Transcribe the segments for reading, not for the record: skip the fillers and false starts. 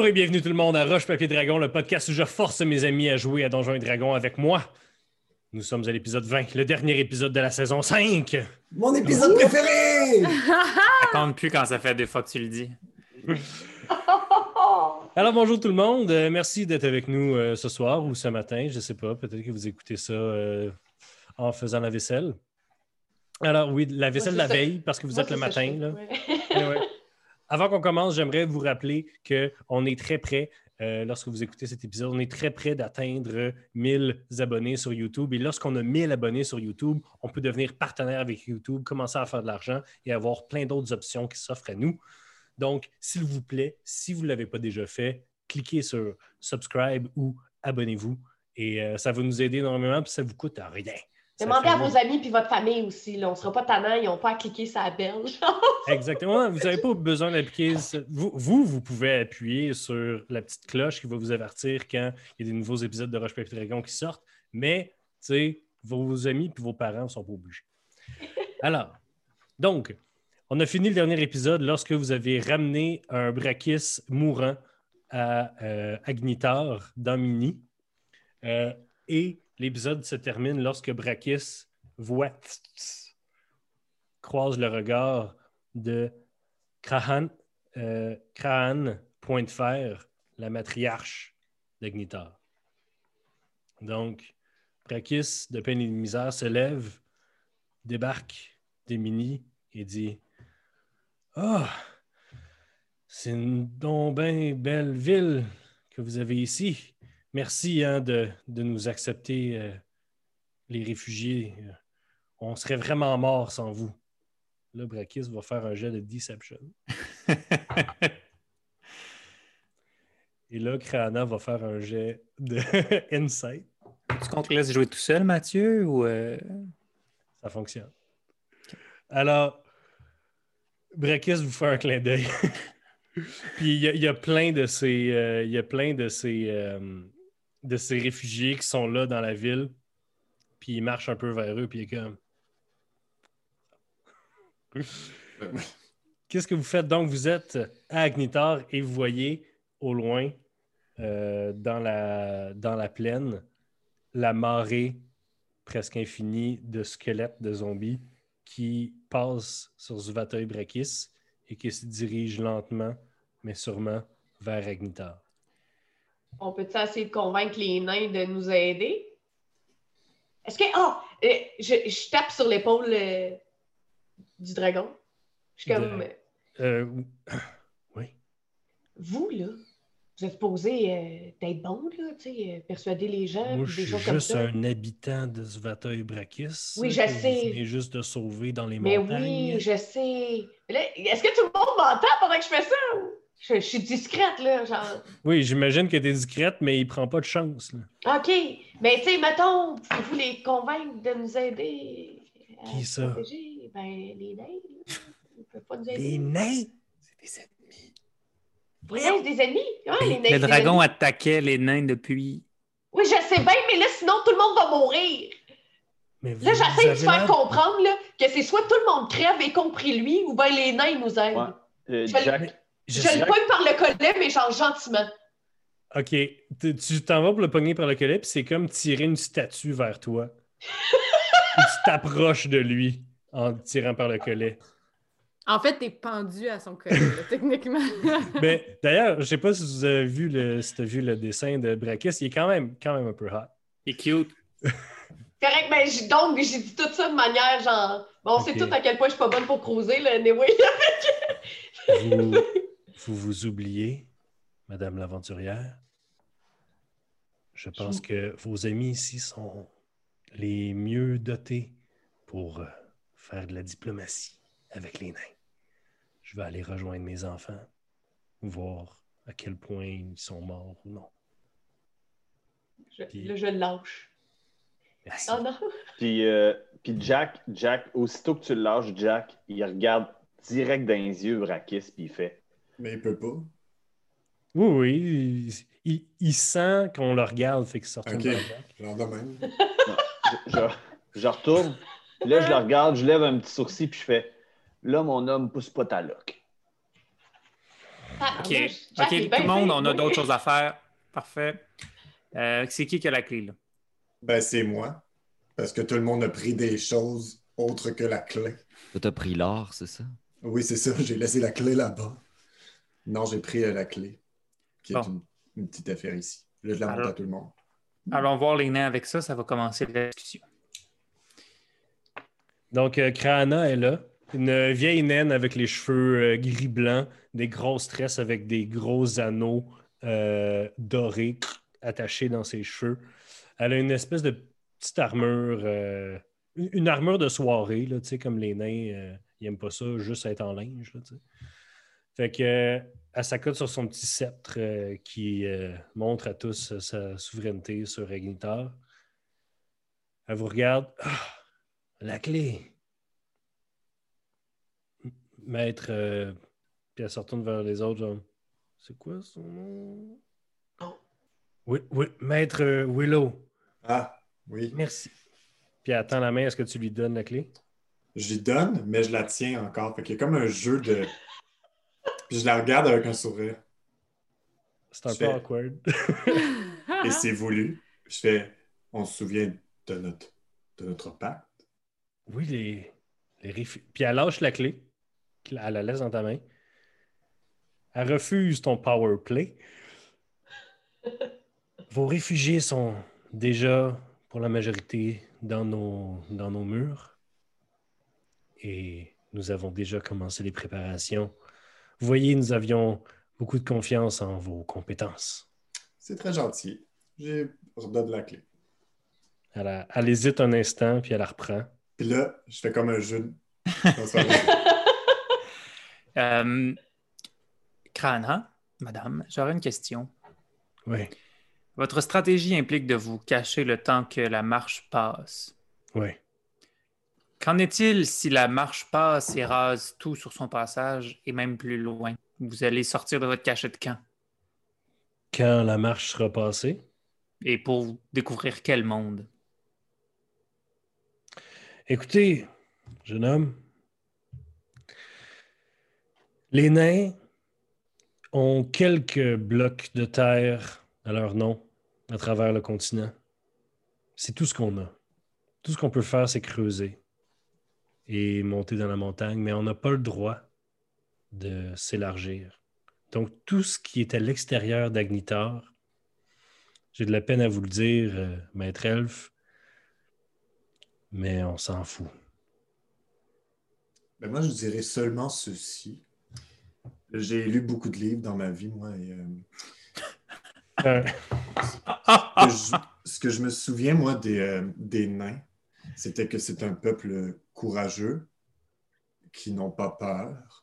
et bienvenue tout le monde à Roche Papier Dragon, le podcast où je force mes amis à jouer à Donjons et Dragons avec moi. Nous sommes à l'épisode 20, le dernier épisode de la saison 5. Mon épisode préféré! Ça compte plus quand ça fait deux fois que tu le dis. Alors bonjour tout le monde, merci d'être avec nous ce soir ou ce matin, je sais pas, peut-être que vous écoutez ça en faisant la vaisselle. Alors oui, la vaisselle la veille parce que vous êtes le matin. Là. Ouais. Avant qu'on commence, j'aimerais vous rappeler qu'on est très près, lorsque vous écoutez cet épisode, on est très près d'atteindre 1000 abonnés sur YouTube. Et lorsqu'on a 1000 abonnés sur YouTube, on peut devenir partenaire avec YouTube, commencer à faire de l'argent et avoir plein d'autres options qui s'offrent à nous. Donc, s'il vous plaît, si vous ne l'avez pas déjà fait, cliquez sur subscribe ou abonnez-vous. Et ça va nous aider énormément, puis ça ne vous coûte rien. Demandez à vos amis et votre famille aussi. Là. On ne sera pas tannants, ils n'ont pas à cliquer sur la belge. Exactement. Vous n'avez pas besoin d'appliquer. Vous pouvez appuyer sur la petite cloche qui va vous avertir quand il y a des nouveaux épisodes de Roche Papier Dragon qui sortent. Mais, tu sais, vos amis et vos parents ne sont pas obligés. Alors, donc, on a fini le dernier épisode lorsque vous avez ramené un Brakis mourant à Agnitar dans Mini. Et l'épisode se termine lorsque Brakis croise le regard de Crahane, Point de Fer, la matriarche d'Agnitar. Donc, Brakis, de peine et de misère, se lève, débarque des Mini et dit « Ah, c'est une donc bien belle ville que vous avez ici. Merci de nous accepter, les réfugiés. On serait vraiment morts sans vous. » Là, Brakis va faire un jet de Deception. Et là, Krana va faire un jet de Insight. Tu comptes laisser jouer tout seul, Mathieu, ou... Ça fonctionne. Alors, Brakis vous fait un clin d'œil. Puis il y a plein de ces réfugiés qui sont là dans la ville. Puis il marche un peu vers eux, puis il est comme... Qu'est-ce que vous faites? Donc, vous êtes à Agnitar et vous voyez au loin, dans la plaine, la marée presque infinie de squelettes de zombies qui passent sur Zuvatoi Brakis et qui se dirigent lentement, mais sûrement, vers Agnitar. On peut-tu essayer de convaincre les nains de nous aider? Est-ce que... je tape sur l'épaule du dragon. Je suis comme... Oui. Vous, là, vous êtes supposé d'être bon, là, tu sais, persuader les gens. Moi, des je suis choses comme juste ça. un habitant de Zuvatoi Brakis. Oui, je sais. Vous venez juste de sauver dans les Mais montagnes. oui, je sais. Mais là, est-ce que tout le monde m'entend pendant que je fais ça? Je suis discrète, là, genre... Oui, j'imagine que tu es discrète, mais il prend pas de chance. Là. OK. Mais, tu sais, mettons, pouvez-vous les convaincre de nous aider à Qui ça? protéger? Ben, les nains, là. Ils peuvent pas nous aider. Les nains? C'est des ennemis. Les nains, c'est des ennemis? Ouais, les nains, Le c'est des dragon ennemis. attaquait les nains depuis... Oui, je sais bien, mais là, sinon, tout le monde va mourir. Mais Là, vous j'essaie de avez faire l'air- comprendre là, que c'est soit tout le monde crève, y compris lui, ou bien les nains ils nous aident. Ouais. Je Jack, Je le pogne par le collet, mais genre gentiment. OK. Tu t'en vas pour le pogner par le collet, puis c'est comme tirer une statue vers toi. Puis tu t'approches de lui en le tirant par le collet. En fait, t'es pendu à son collet, là, techniquement. Mais d'ailleurs, je sais pas si vous avez vu si tu as vu le dessin de Brakis, il est quand même un peu hot. Il est cute. Correct, mais donc j'ai dit tout ça de manière genre. Bon, on sait Ok. tout à quel point je suis pas bonne pour cruiser, là, anyway. Vous oubliez, Madame l'aventurière. Je pense que vos amis ici sont les mieux dotés pour faire de la diplomatie avec les nains. Je vais aller rejoindre mes enfants, voir à quel point ils sont morts ou non. Là, je le lâche. Merci. Oh non. puis Jack, aussitôt que tu le lâches, Jack, il regarde direct dans les yeux Brakis, puis il fait. Mais il peut pas. Oui, il sent qu'on le regarde, fait qu'il sort Ok, de la Jack. genre de même. Je retourne, puis là, je le regarde, je lève un petit sourcil, puis je fais. Là, mon homme, pousse pas ta loque. OK. Jack OK, est tout bien le monde, fait, on a oui. d'autres choses à faire. Parfait. C'est qui a la clé, là? Ben, c'est moi. Parce que tout le monde a pris des choses autres que la clé. Toi, t'as pris l'or, c'est ça? Oui, c'est ça. J'ai laissé la clé là-bas. Non, j'ai pris la clé, qui est Bon. une petite affaire ici. Là, je la montre Alors- à tout le monde. Allons voir les nains avec ça, ça va commencer la discussion. Donc, Krahana est là. Une vieille naine avec les cheveux gris-blanc, des grosses tresses avec des gros anneaux dorés attachés dans ses cheveux. Elle a une espèce de petite armure, une armure de soirée, là, tu sais, comme les nains, ils n'aiment pas ça, juste être en linge. Là, tu sais. Fait que, elle s'accote sur son petit sceptre qui montre à tous sa souveraineté sur Ignitar. Elle vous regarde. Ah, la clé. Maître, puis elle se retourne vers les autres, genre, c'est quoi son nom? Oui, oui, Maître Willow. Ah, oui. Merci. Puis elle tend la main, est-ce que tu lui donnes la clé? Je lui donne, mais je la tiens encore. Fait qu'il y a comme un jeu de... Puis je la regarde avec un sourire. C'est un Je peu fais- awkward. Et c'est voulu. Je fais... On se souvient de notre pacte. Oui, Puis elle lâche la clé. Elle la laisse dans ta main. Elle refuse ton power play. Vos réfugiés sont déjà, pour la majorité, dans nos murs. Et nous avons déjà commencé les préparations. Vous voyez, nous avions beaucoup de confiance en vos compétences. C'est très gentil. Je redonne la clé. Elle hésite un instant, puis elle la reprend. Puis là, je fais comme un jeu. Krana, madame, j'aurais une question. Oui, Votre stratégie implique de vous cacher le temps que la marche passe. oui. Qu'en est-il si la marche passe et rase tout sur son passage et même plus loin? Vous allez sortir de votre cachette quand? Quand la marche sera passée, Et pour découvrir quel monde? écoutez, jeune homme, les nains ont quelques blocs de terre à leur nom à travers le continent. C'est tout ce qu'on a. Tout ce qu'on peut faire, c'est creuser et monter dans la montagne, mais on n'a pas le droit de s'élargir. Donc, tout ce qui est à l'extérieur d'Agnitar, j'ai de la peine à vous le dire, maître elfe, mais on s'en fout. Ben moi, je dirais seulement ceci. J'ai lu beaucoup de livres dans ma vie, moi, et ce que je me souviens, moi, des nains, c'était que c'est un peuple courageux, qui n'ont pas peur.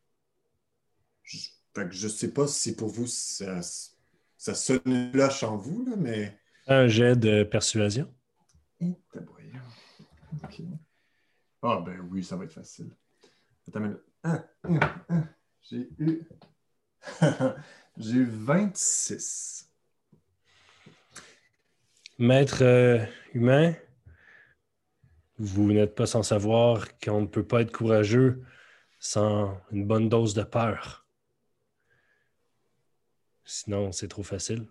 Fait que je sais pas si pour vous, ça sonne une cloche en vous, là, mais... Un jet de persuasion. OK. Ah, ben oui, ça va être facile. Attends une minute. J'ai eu... J'ai eu 26. Maître humain, vous n'êtes pas sans savoir qu'on ne peut pas être courageux sans une bonne dose de peur. Sinon, c'est trop facile.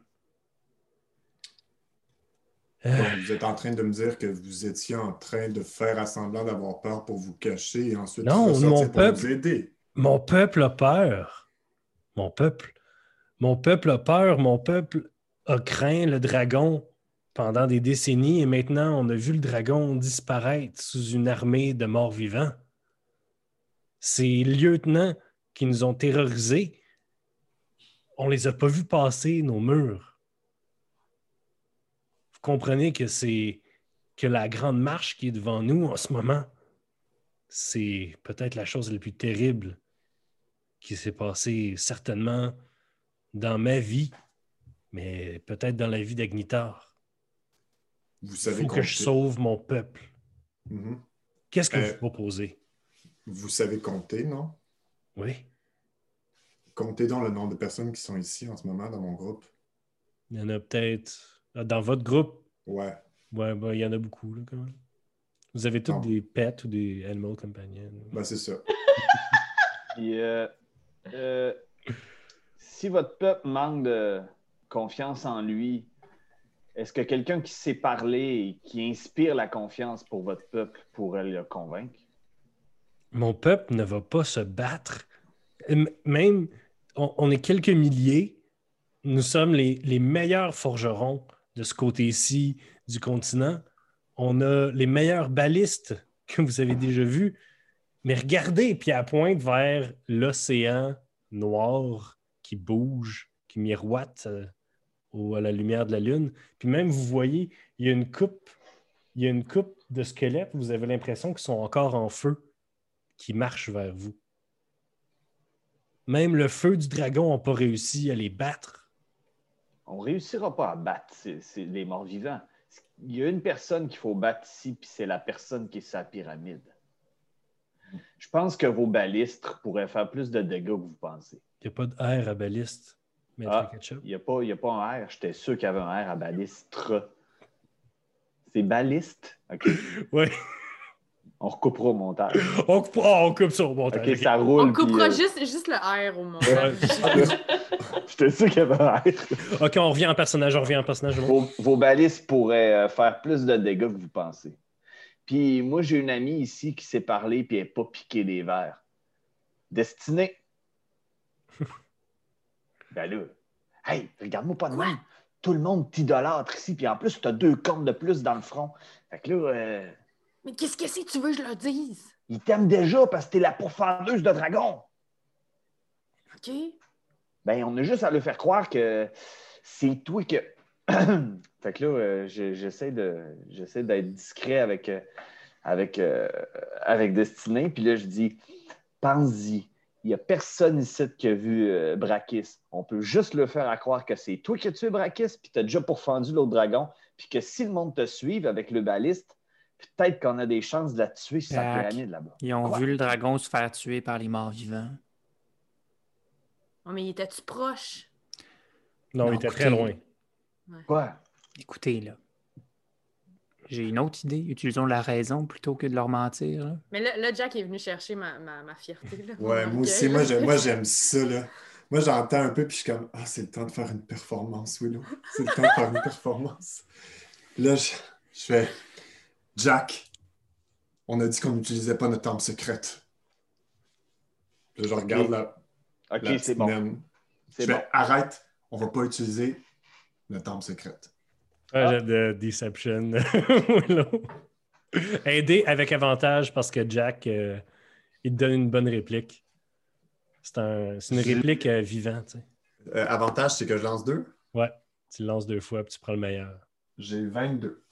Donc, vous êtes en train de me dire que vous étiez en train de faire assemblant d'avoir peur pour vous cacher et ensuite Non, ressortir mon pour peuple- nous aider. Mon peuple a peur. Mon peuple. Mon peuple a peur. Mon peuple a craint le dragon pendant des décennies et maintenant, on a vu le dragon disparaître sous une armée de morts vivants. Ces lieutenants qui nous ont terrorisés, on les a pas vus passer nos murs. Vous comprenez que c'est que la grande marche qui est devant nous en ce moment, c'est peut-être la chose la plus terrible qui s'est passée certainement dans ma vie, mais peut-être dans la vie d'Agnitar. Vous Il savez faut que je sauve mon peuple. Mhm. Qu'est-ce que vous proposez? Vous savez compter, non? Oui, Comptez donc le nombre de personnes qui sont ici en ce moment dans mon groupe. il y en a peut-être... Dans votre groupe, Ouais. ouais, ben, il y en a beaucoup, là, quand même. Vous avez tous Non. des pets ou des animal companions. Ben, c'est ça. Puis, si votre peuple manque de confiance en lui, est-ce que quelqu'un qui sait parler et qui inspire la confiance pour votre peuple pourrait le convaincre? Mon peuple ne va pas se battre. Même, on est quelques milliers. Nous sommes les meilleurs forgerons de ce côté-ci du continent. On a les meilleurs balistes que vous avez déjà vus. Mais regardez, puis elle pointe vers l'océan noir qui bouge, qui miroite à la lumière de la lune. Puis même, vous voyez, il y a une coupe de squelettes, vous avez l'impression qu'ils sont encore en feu, qui marchent vers vous. Même le feu du dragon n'a pas réussi à les battre. On ne réussira pas à battre les morts vivants. Il y a une personne qu'il faut battre ici, puis c'est la personne qui est sur la pyramide. Je pense que vos balistes pourraient faire plus de dégâts que vous pensez. Il n'y a pas de R à baliste, Maître Ketchup. Il n'y a pas un R. J'étais sûr qu'il y avait un R à balistre. C'est baliste? OK. Oui. On recoupera au montage. On coupe ça au montage. OK, ça roule. On coupera puis, juste le R au montage. J'étais sûr qu'il y avait un R. OK, on revient en personnage. Vos balistes pourraient faire plus de dégâts que vous pensez. Puis moi, j'ai une amie ici qui sait parler puis elle n'est pas piqué des verres. Destinée. Ben là, hey, regarde-moi pas de même. Tout le monde t'idolâtre ici, puis en plus, tu as 2 cornes de plus dans le front. Fait que là, Mais qu'est-ce que c'est que tu veux que je leur dise? ils t'aiment déjà parce que t'es la pourfendeuse de dragon. OK? Ben, on a juste à le faire croire que c'est toi que... Fait que là, j'essaie d'être discret avec Destinée. Puis là, je dis, pense-y. Il n'y a personne ici qui a vu Brakis. On peut juste le faire à croire que c'est toi qui as tué Brakis, puis tu as déjà pourfendu l'autre dragon, puis que si le monde te suive avec le baliste, peut-être qu'on a des chances de la tuer sur sa pyramide là-bas. Ils ont vu le dragon se faire tuer par les morts vivants. Oh, mais il était-tu proche? Non, il était très loin. Ouais. Quoi? Écoutez, là. J'ai une autre idée. Utilisons la raison plutôt que de leur mentir. Là. Mais là, Jack est venu chercher ma fierté. Là, Ouais, moi aussi, moi j'aime ça, là. Moi, j'entends un peu, puis je suis comme, ah, c'est le temps de faire une performance, Willow. C'est le temps de faire une performance. Là, je fais, Jack, on a dit qu'on n'utilisait pas notre arme secrète. Là, je regarde la c'est bon. naine. Je C'est fais, arrête, on va pas utiliser notre arme secrète. J'ai de Deception. Willow. Aider avec avantage parce que Jack, il te donne une bonne réplique. C'est une réplique vivante. Tu sais. Avantage, c'est que je lance 2. Ouais, tu le lances 2 fois puis tu prends le meilleur. J'ai 22.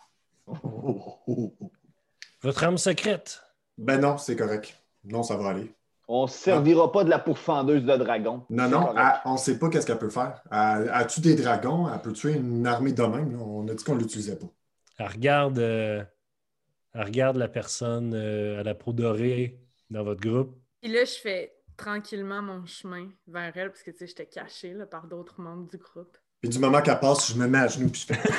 Votre arme secrète. Ben non, c'est correct. Non, ça va aller. On ne se servira pas de la pourfendeuse de dragon. Non, on ne sait pas qu'est-ce qu'elle peut faire. Elle tue des dragons, elle peut tuer une armée de même. Là. On a dit qu'on ne l'utilisait pas. Elle regarde la personne à la peau dorée dans votre groupe. Puis là, je fais tranquillement mon chemin vers elle, parce que tu sais, j'étais cachée là, par d'autres membres du groupe. Puis du moment qu'elle passe, je me mets à genoux puis je fais...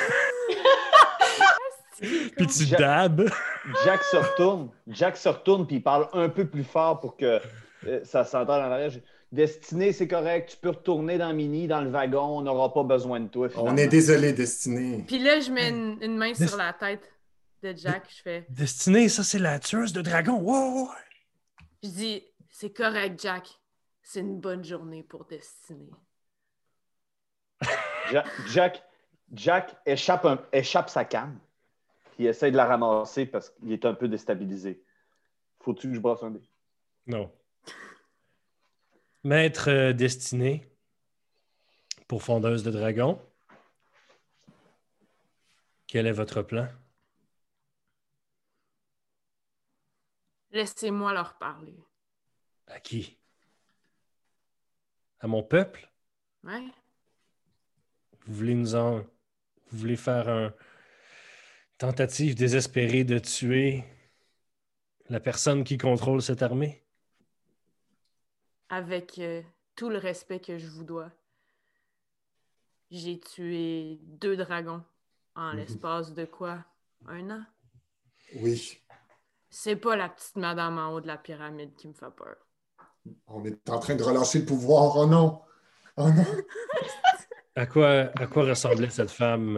Puis tu dabs. Jack se retourne puis il parle un peu plus fort pour que ça s'entende en arrière. Destinée, c'est correct. Tu peux retourner dans Mini, dans le wagon. On n'aura pas besoin de toi. Finalement. On est désolé, Destinée. Puis là, je mets une main sur la tête de Jack. Je fais... Destinée, ça, c'est la tueuse de dragon. Wow! Je dis, c'est correct, Jack. C'est une bonne journée pour Destinée. Jack échappe sa canne. Puis il essaie de la ramasser parce qu'il est un peu déstabilisé. Faut-tu que je brasse un dé? Non. Maître Destinée, pourfondeuse de dragon, quel est votre plan? Laissez-moi leur parler. À qui? À mon peuple? Ouais? Vous voulez faire une tentative désespérée de tuer la personne qui contrôle cette armée? Avec tout le respect que je vous dois, j'ai tué 2 dragons en l'espace de quoi? 1 an? Oui. C'est pas la petite madame en haut de la pyramide qui me fait peur. On est en train de relâcher le pouvoir, oh non! Oh non! À quoi ressemblait cette femme?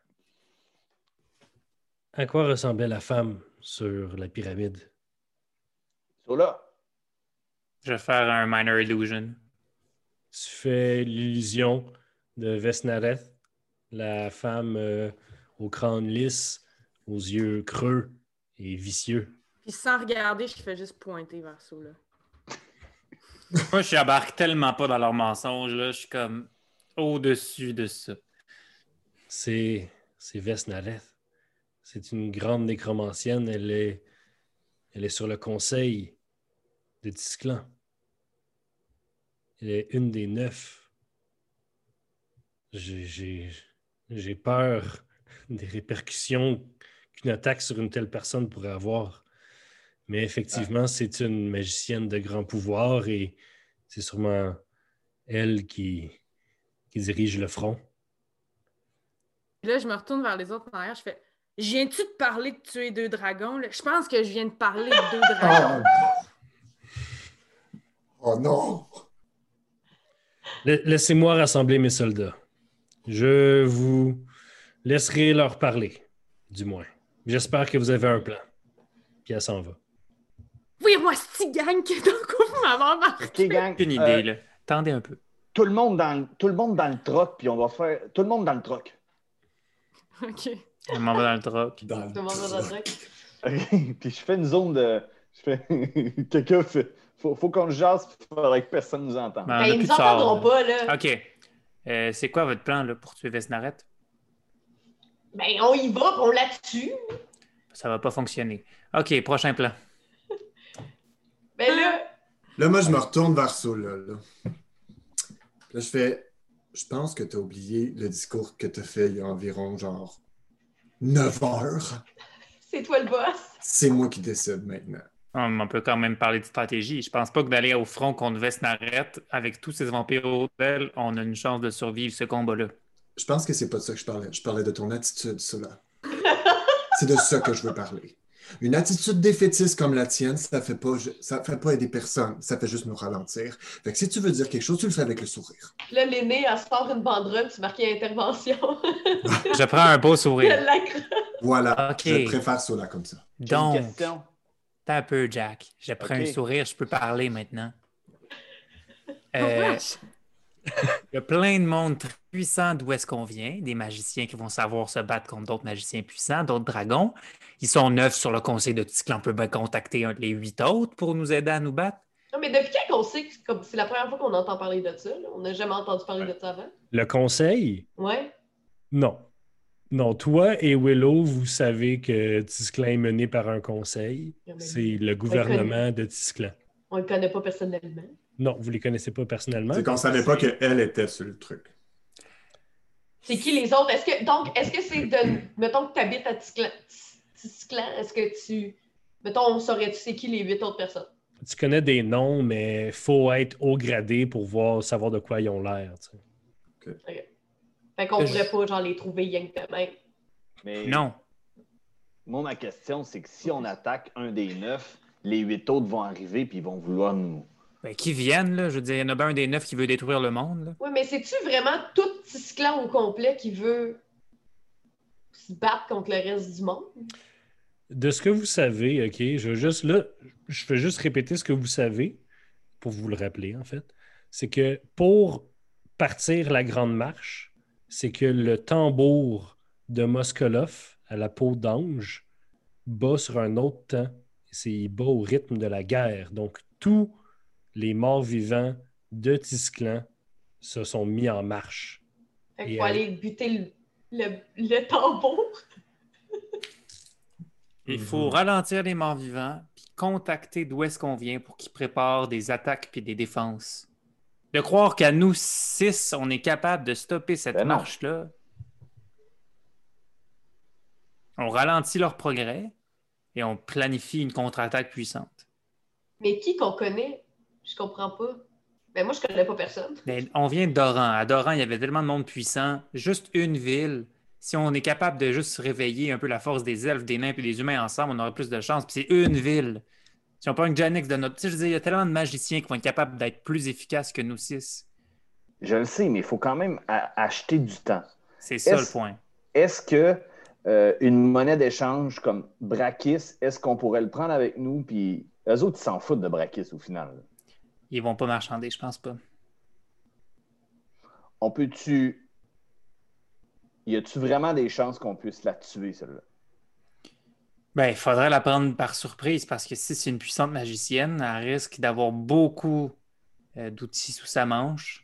À quoi ressemblait la femme sur la pyramide? So là, Je vais faire un Minor Illusion. Tu fais l'illusion de Vesnareth, la femme au crâne lisse, aux yeux creux et vicieux. Puis sans regarder, je fais juste pointer vers ça, là. Moi, je n'embarque tellement pas dans leurs mensonges. Là. Je suis comme au-dessus de ça. C'est Vesnareth. C'est une grande nécromancienne. Elle est sur le conseil de Tisclan. Elle est une des 9. J'ai peur des répercussions qu'une attaque sur une telle personne pourrait avoir. Mais effectivement, c'est une magicienne de grand pouvoir et c'est sûrement elle qui dirige le front. Puis là, je me retourne vers les autres en arrière, je fais « Je viens-tu de parler de tuer 2 dragons? Là? Je pense que je viens de parler de 2 dragons. Oh non! Laissez-moi rassembler mes soldats. Je vous laisserai leur parler, du moins. J'espère que vous avez un plan. Puis elle s'en va. Oui, moi, c'est gang qui est dans le coup, vous m'avez embarqué. OK, gang. Une idée, là. Tendez un peu. Tout le monde dans le troc, puis on va faire... Tout le monde dans le troc. OK. On m'en va dans le troc. Dans Tout le monde va dans le truc. OK, puis je fais une zone de... Je fais... Quelqu'un fait... Faut qu'on le jase, il faudrait que personne nous entende. Ben, on a Ben, ils plus nous de sort, entendront là. pas, là. OK. C'est quoi votre plan là, pour tuer Vesnareth? Ben, on y va, puis on la tue. Ça va pas fonctionner. OK, prochain plan. Ben là, Là, moi, je me retourne vers ça, là. Là, je fais... Je pense que tu as oublié le discours que tu as fait il y a environ, genre, 9 heures. c'est toi le boss. C'est moi qui décide maintenant. On peut quand même parler de stratégie. Je pense pas que d'aller au front contre Vesnareth, avec tous ces vampires hôtels, on a une chance de survivre ce combat-là. Je pense que c'est pas de ça que je parlais. Je parlais de ton attitude, ça, là. C'est de ça que je veux parler. Une attitude défaitiste comme la tienne, ça fait pas aider personne. Ça fait juste nous ralentir. Fait que si tu veux dire quelque chose, tu le fais avec le sourire. Là, l'aîné, elle sort une banderole, c'est marqué intervention. Je prends un beau Elle sourire. l'accroche. Voilà. OK. Je préfère ça, là, comme ça. J'ai une Donc, question. t'as un peu, Jack. Je prends OK. un sourire, je peux parler maintenant. Oh, wesh. Il y a plein de monde très puissant d'où est-ce qu'on vient, des magiciens qui vont savoir se battre contre d'autres magiciens puissants, d'autres dragons. Ils sont 9 sur le conseil de Tisclan. On peut bien contacter un les 8 autres pour nous aider à nous battre. Non, mais depuis quand on sait que c'est la première fois qu'on entend parler de ça? Là? On n'a jamais entendu parler de ça avant. Le conseil? Ouais. Non. Non, toi et Willow, vous savez que Tisclan est mené par un conseil. Non, mais C'est le gouvernement de Tisclan. on ne le connaît pas personnellement. Non, vous ne les connaissez pas personnellement. C'est qu'on savait pas qu'elle était sur le truc. C'est qui les autres? Est-ce que c'est de. Mettons que tu habites à Tisclan, est-ce que tu. Mettons, on saurait-tu c'est qui les 8 autres personnes? Tu connais des noms, mais il faut être haut gradé pour savoir de quoi ils ont l'air. Tu sais. Fait qu'on Je- pourrait pas genre les trouver rien que de même. Mais Non. moi, ma question, c'est que si on attaque un des 9, les 8 autres vont arriver puis ils vont vouloir nous... Ben, qui viennent, là. Je veux dire, il y en a bien un des 9 qui veut détruire le monde. Là. Oui, mais c'est-tu vraiment tout Tisclan au complet qui veut se battre contre le reste du monde? De ce que vous savez, OK, je vais juste répéter ce que vous savez pour vous le rappeler, en fait. C'est que pour partir la grande marche, c'est que le tambour de Moskolov à la peau d'ange bat sur un autre temps. Il bat au rythme de la guerre. Donc, tous les morts vivants de Tisclan se sont mis en marche. Fait qu'il Et faut aller buter le tambour. Il faut ralentir les morts vivants puis contacter d'où est-ce qu'on vient pour qu'ils préparent des attaques puis des défenses. De croire qu'à nous 6, on est capable de stopper cette Ben non. marche-là. On ralentit leur progrès et on planifie une contre-attaque puissante. Mais qui qu'on connaît? Je comprends pas. Ben moi, je connais pas personne. Ben, on vient d'Oran. À Doran, il y avait tellement de monde puissant. Juste une ville. Si on est capable de juste réveiller un peu la force des elfes, des nains et des humains ensemble, on aurait plus de chance. Puis c'est une ville. Si on prend une Janix de notre... Tu sais, je veux dire, il y a tellement de magiciens qui vont être capables d'être plus efficaces que nous 6. Je le sais, mais il faut quand même acheter du temps. C'est ça le point. Est-ce que une monnaie d'échange comme Brakis, est-ce qu'on pourrait le prendre avec nous? Puis eux autres, ils s'en foutent de Brakis au final. Là. Ils vont pas marchander, je pense pas. On peut-tu. Y a-tu vraiment des chances qu'on puisse la tuer, celle-là? Ben, il faudrait la prendre par surprise parce que si c'est une puissante magicienne, elle risque d'avoir beaucoup d'outils sous sa manche.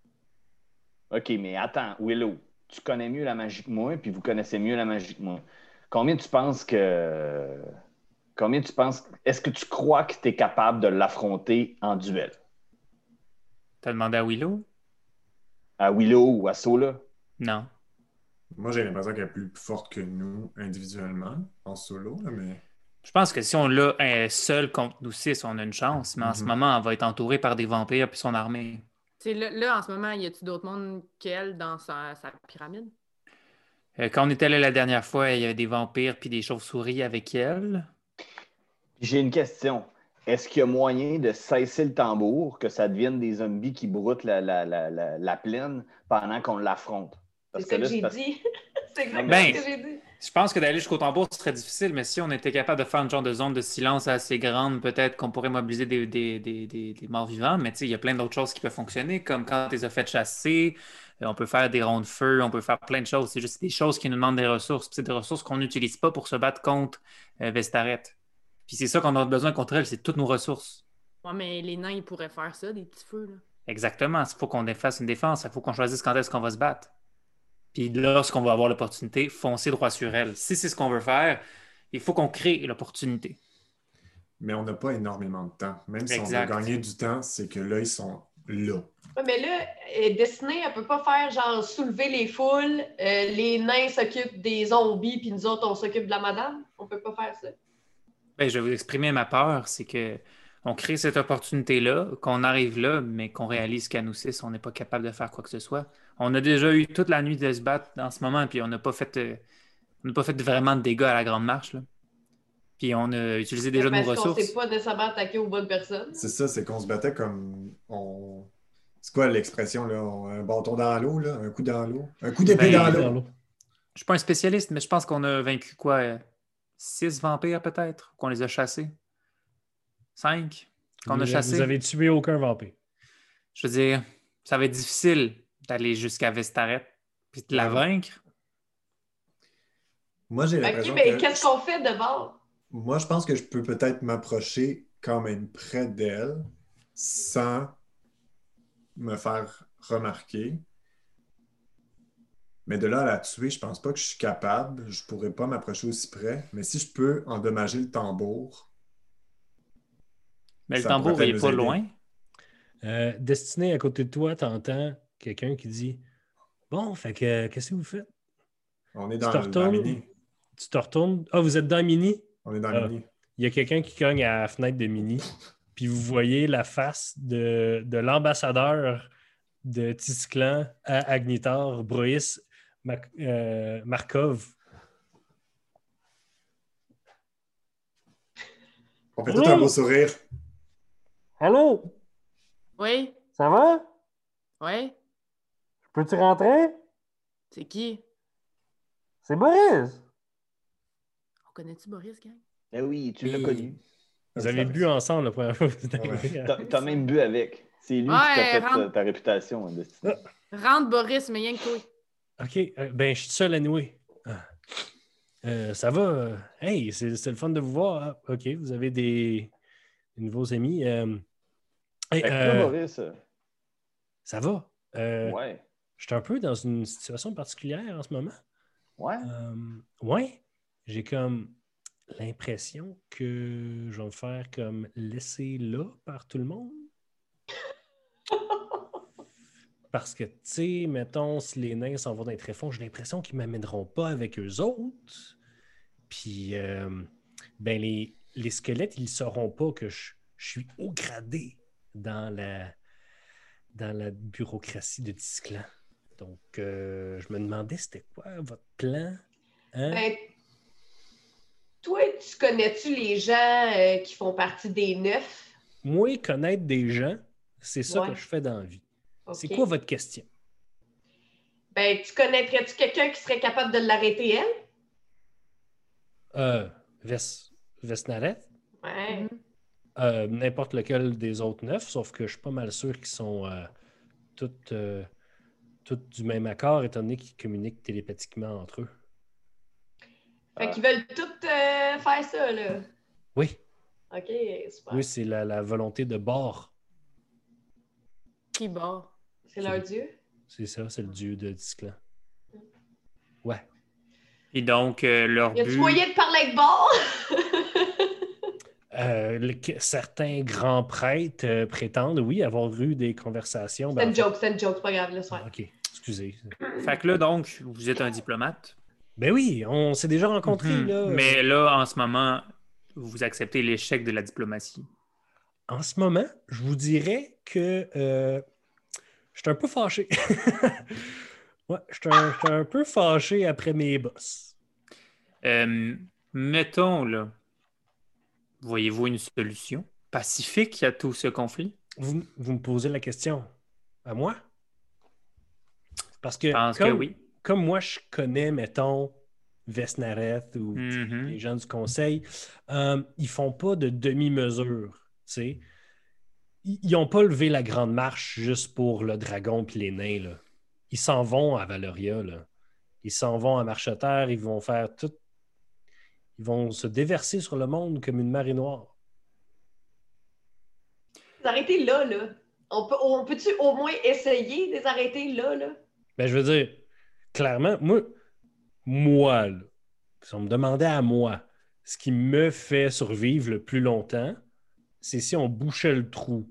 OK, mais attends, Willow, tu connais mieux la magie que moi, puis vous connaissez mieux la magie que moi. Combien tu penses que. Combien tu penses. Est-ce que tu crois que tu es capable de l'affronter en duel? T'as demandé à Willow? À Willow ou à Sola? Non. Moi, j'ai l'impression qu'elle est plus forte que nous individuellement, en solo, là, mais... Je pense que si on l'a seul contre nous six, on a une chance, mais en ce moment, elle va être entourée par des vampires puis son armée. Là, en ce moment, y a-tu d'autres mondes qu'elle dans sa pyramide? Quand on était là la dernière fois, il y avait des vampires puis des chauves-souris avec elle. J'ai une question. Est-ce qu'il y a moyen de cesser le tambour, que ça devienne des zombies qui broutent la plaine pendant qu'on l'affronte? C'est ça que j'ai dit. C'est exactement Ben, ce que j'ai dit. Je pense que d'aller jusqu'au tambour, ce serait difficile, mais si on était capable de faire une genre de zone de silence assez grande, peut-être qu'on pourrait mobiliser des morts vivants, mais tu sais, il y a plein d'autres choses qui peuvent fonctionner, comme quand tu les as fait chasser, on peut faire des ronds de feu, on peut faire plein de choses. C'est juste des choses qui nous demandent des ressources. Puis c'est des ressources qu'on n'utilise pas pour se battre contre Vestaret. Puis c'est ça qu'on a besoin contre elle, c'est toutes nos ressources. Ouais, mais les nains, ils pourraient faire ça, des petits feux, là. Exactement. Il faut qu'on fasse une défense, il faut qu'on choisisse quand est-ce qu'on va se battre. Puis lorsqu'on va avoir l'opportunité, foncer droit sur elle. Si c'est ce qu'on veut faire, il faut qu'on crée l'opportunité. Mais on n'a pas énormément de temps. Même si Exact. on veut gagner du temps, c'est que là, ils sont là. Ouais, mais là, Destinée, elle peut pas faire genre soulever les foules, les nains s'occupent des zombies, puis nous autres, on s'occupe de la madame. On peut pas faire ça. Ben, je vais vous exprimer ma peur, c'est que on crée cette opportunité-là, qu'on arrive là, mais qu'on réalise qu'à nous six, on n'est pas capable de faire quoi que ce soit. On a déjà eu toute la nuit de se battre en ce moment, puis on n'a pas fait vraiment de dégâts à la grande marche, là. Puis on a utilisé déjà nos Parce qu'on ressources. s'est pas nécessairement attaqué aux bonnes personnes. C'est ça, c'est qu'on se battait comme... C'est quoi l'expression, là? Un bâton dans l'eau, là? Un coup dans l'eau? Un coup d'épée Ben, dans l'eau? Je suis pas un spécialiste, mais je pense qu'on a vaincu quoi? 6 vampires peut-être? Qu'on les a chassés? 5 qu'on a chassés? Vous avez tué aucun vampire. Je veux dire, ça va être difficile d'aller jusqu'à Vestaret puis de la vaincre. Moi, j'ai Ok, l'impression mais que... qu'est-ce qu'on fait devant? Moi, je pense que je peux peut-être m'approcher quand même près d'elle sans me faire remarquer. Mais de là à la tuer, je pense pas que je suis capable. Je pourrais pas m'approcher aussi près. Mais si je peux endommager le tambour, Mais le ça tambour, pourrait il peut-être est pas nous aider. loin. Destiné, à côté de toi, t'entends quelqu'un qui dit Bon, fait que qu'est-ce que vous faites? On est Tu te dans la retournes? mini. Tu te retournes. Ah, vous êtes dans Mini? On est dans Ah. la mini. Il y a quelqu'un qui cogne à la fenêtre de Mini, puis vous voyez la face de l'ambassadeur de Tisclan à Agnitar, Broïs Markov. On fait tout un beau sourire. Allô? Oui? Ça va? Oui? Peux-tu rentrer? C'est qui? C'est Boris! On connaît-tu Boris, gang? Eh oui, tu l'as connu. Vous avez bu ensemble la première fois que vous êtes Ouais. arrivé. T'as même bu avec. C'est lui qui Ouais, t'a fait rentre. ta réputation, Destinée. Rentre, Boris, mais rien que toi. OK, ben je suis seul à nouer. Ça va? Hey, c'est le fun de vous voir. Ah, OK, vous avez des nouveaux amis. Hey, Fait que toi, Boris, ça va? ouais. Je suis un peu dans une situation particulière en ce moment. Ouais. Ouais, j'ai comme l'impression que je vais me faire comme laisser là par tout le monde. Parce que, tu sais, mettons, si les nains s'en vont dans les tréfonds, j'ai l'impression qu'ils ne m'amèneront pas avec eux autres. Puis, ben, les squelettes, ils ne sauront pas que je suis haut gradé dans la bureaucratie de Tisclan. Donc, je me demandais, c'était quoi votre plan? Hein? Ben, toi, tu connais-tu les gens qui font partie des 9? Moi, connaître des gens, c'est ça Ouais. que je fais dans la vie. C'est Ok. quoi votre question? Ben, tu connaîtrais-tu quelqu'un qui serait capable de l'arrêter, elle? Vesnaret? Ouais. N'importe lequel des autres 9, sauf que je suis pas mal sûr qu'ils sont toutes du même accord, étant donné qu'ils communiquent télépathiquement entre eux. Fait qu'ils veulent tous faire ça, là. Oui, OK, super. oui, c'est la volonté de Bor. Qui barre? C'est leur dieu. C'est ça, c'est le dieu de Disclan. Ouais. Et donc, leur Y a-tu but... moyen de parler avec Bord? Certains grands prêtres prétendent, oui, avoir eu des conversations. C'est une joke, c'est pas grave, laisse faire. OK, excusez. Fait que là, donc, vous êtes un diplomate. Ben oui, on s'est déjà rencontrés, Mhm. là. Mais là, en ce moment, vous acceptez l'échec de la diplomatie. En ce moment, je vous dirais que je suis un peu fâché. Ouais, je suis un peu fâché après mes boss. Mettons, là, voyez-vous une solution pacifique à tout ce conflit? Vous me posez la question à moi? Parce Je que, pense que oui. comme moi, je connais, mettons, Vesnaret ou Mhm. les gens du conseil, ils font pas de demi-mesure, tu sais. Ils n'ont pas levé la grande marche juste pour le dragon et les nains, là. Ils s'en vont à Valoria, là. Ils s'en vont à Marcheterre, ils vont faire tout. Ils vont se déverser sur le monde comme une marée noire. Les arrêter là, là. On peut-tu au moins essayer de les arrêter là, là? Ben, je veux dire, clairement, moi, là, si on me demandait à moi, ce qui me fait survivre le plus longtemps, c'est si on bouchait le trou.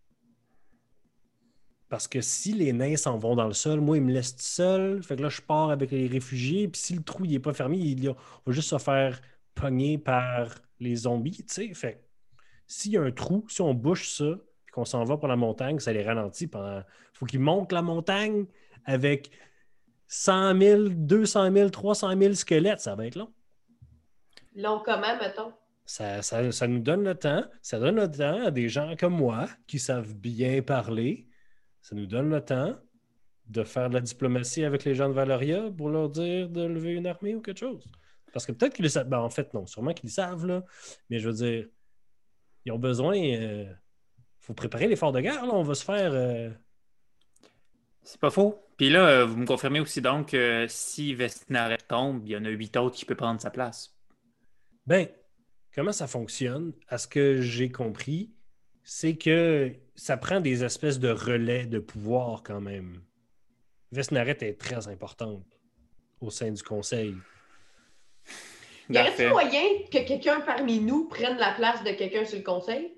Parce que si les nains s'en vont dans le sol, moi, ils me laissent tout seul. Fait que là, je pars avec les réfugiés. Puis si le trou n'est pas fermé, on va juste se faire pogner par les zombies, tu sais. Fait que s'il y a un trou, si on bouche ça, puis qu'on s'en va pour la montagne, ça les ralentit pendant. Faut qu'ils montent la montagne avec 100 000, 200 000, 300 000 squelettes. Ça va être long. Long comment, mettons? Ça nous donne le temps. Ça donne le temps à des gens comme moi qui savent bien parler. Ça nous donne le temps de faire de la diplomatie avec les gens de Valoria pour leur dire de lever une armée ou quelque chose. Parce que peut-être qu'ils le savent. Ben, en fait, non. Sûrement qu'ils le savent, là. Mais je veux dire, ils ont besoin. Faut préparer l'effort de guerre, là. On va se faire. C'est pas faux. Puis là, vous me confirmez aussi donc que si Vestinaret tombe, il y en a 8 autres qui peuvent prendre sa place. Ben, comment ça fonctionne? À ce que j'ai compris, c'est que ça prend des espèces de relais de pouvoir quand même. Vesnaret est très importante au sein du conseil. Y aurait-il Parfait. moyen que quelqu'un parmi nous prenne la place de quelqu'un sur le conseil?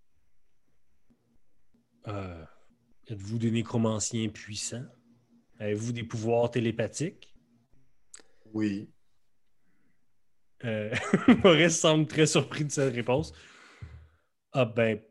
Êtes-vous des nécromanciens puissants? Avez-vous des pouvoirs télépathiques? Oui. Maurice semble très surpris de cette réponse. Ah ben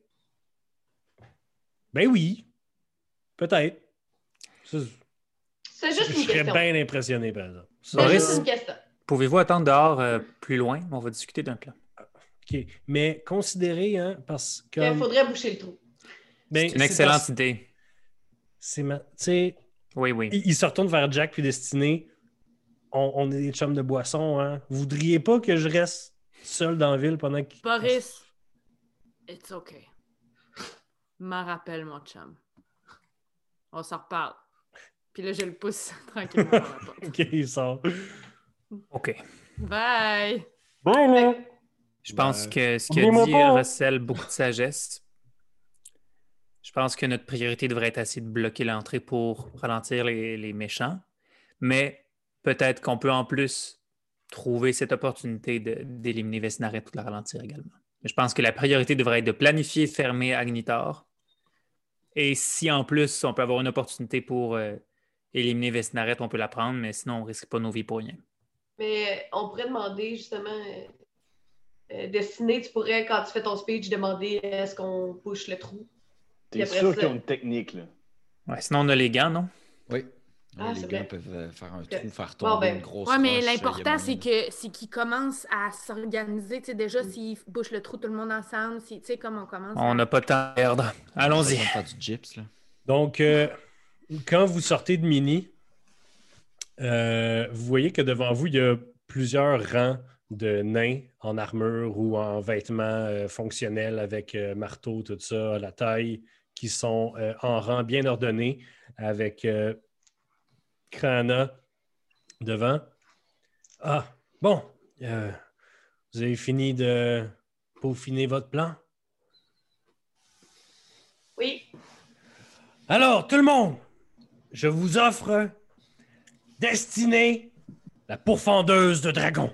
oui, peut-être. Ça, C'est juste je une serais question. bien impressionné, par exemple. C'est Maurice, juste une question. pouvez-vous attendre dehors plus loin? On va discuter d'un plan. OK. Mais considérez, hein, parce que... Il faudrait boucher le trou. Ben, C'est une excellente idée. Tu sais, Oui, oui. il se retourne vers Jack puis Destiné. On est des chums de boisson, hein. Vous voudriez pas que je reste seul dans la ville pendant qu'il... Boris, it's okay. M'en rappelle, mon chum. On s'en reparle. Puis là, je le pousse tranquillement dans la porte. OK, il sort. OK. Bye! Je pense Ouais. que ce que Oubliez-moi dit pas. recèle beaucoup de sagesse. Je pense que notre priorité devrait être essayer de bloquer l'entrée pour ralentir les méchants. Mais peut-être qu'on peut en plus trouver cette opportunité d'éliminer Vesnaret pour la ralentir également. Mais je pense que la priorité devrait être de planifier fermer Agnitor. Et si en plus on peut avoir une opportunité pour éliminer Vesnaret, on peut la prendre, mais sinon on ne risque pas nos vies pour rien. Mais on pourrait demander justement, Destiné, tu pourrais, quand tu fais ton speech, demander est-ce qu'on bouche le trou. T'es Puis après sûr ça- qu'ils ont une technique, là? Ouais, sinon on a les gants, non? Oui. Ah, Les c'est gars vrai. peuvent faire un Ok. trou, faire Bon, tomber ben, une grosse Ouais, mais roche, l'important, il y a moyen c'est qu'ils commencent à s'organiser. Tu sais, déjà, s'ils bouchent le trou tout le monde ensemble, tu sais, comme on commence On à... n'a pas de temps à perdre. Allons-y. de faire du gyps, là. Donc, Quand vous sortez de Mini, vous voyez que devant vous, il y a plusieurs rangs de nains en armure ou en vêtements fonctionnels avec marteau, tout ça, à la taille, qui sont en rang bien ordonné avec Krana devant. Ah, bon, vous avez fini de peaufiner votre plan? Oui. Alors, tout le monde, je vous offre Destinée, la pourfendeuse de dragons.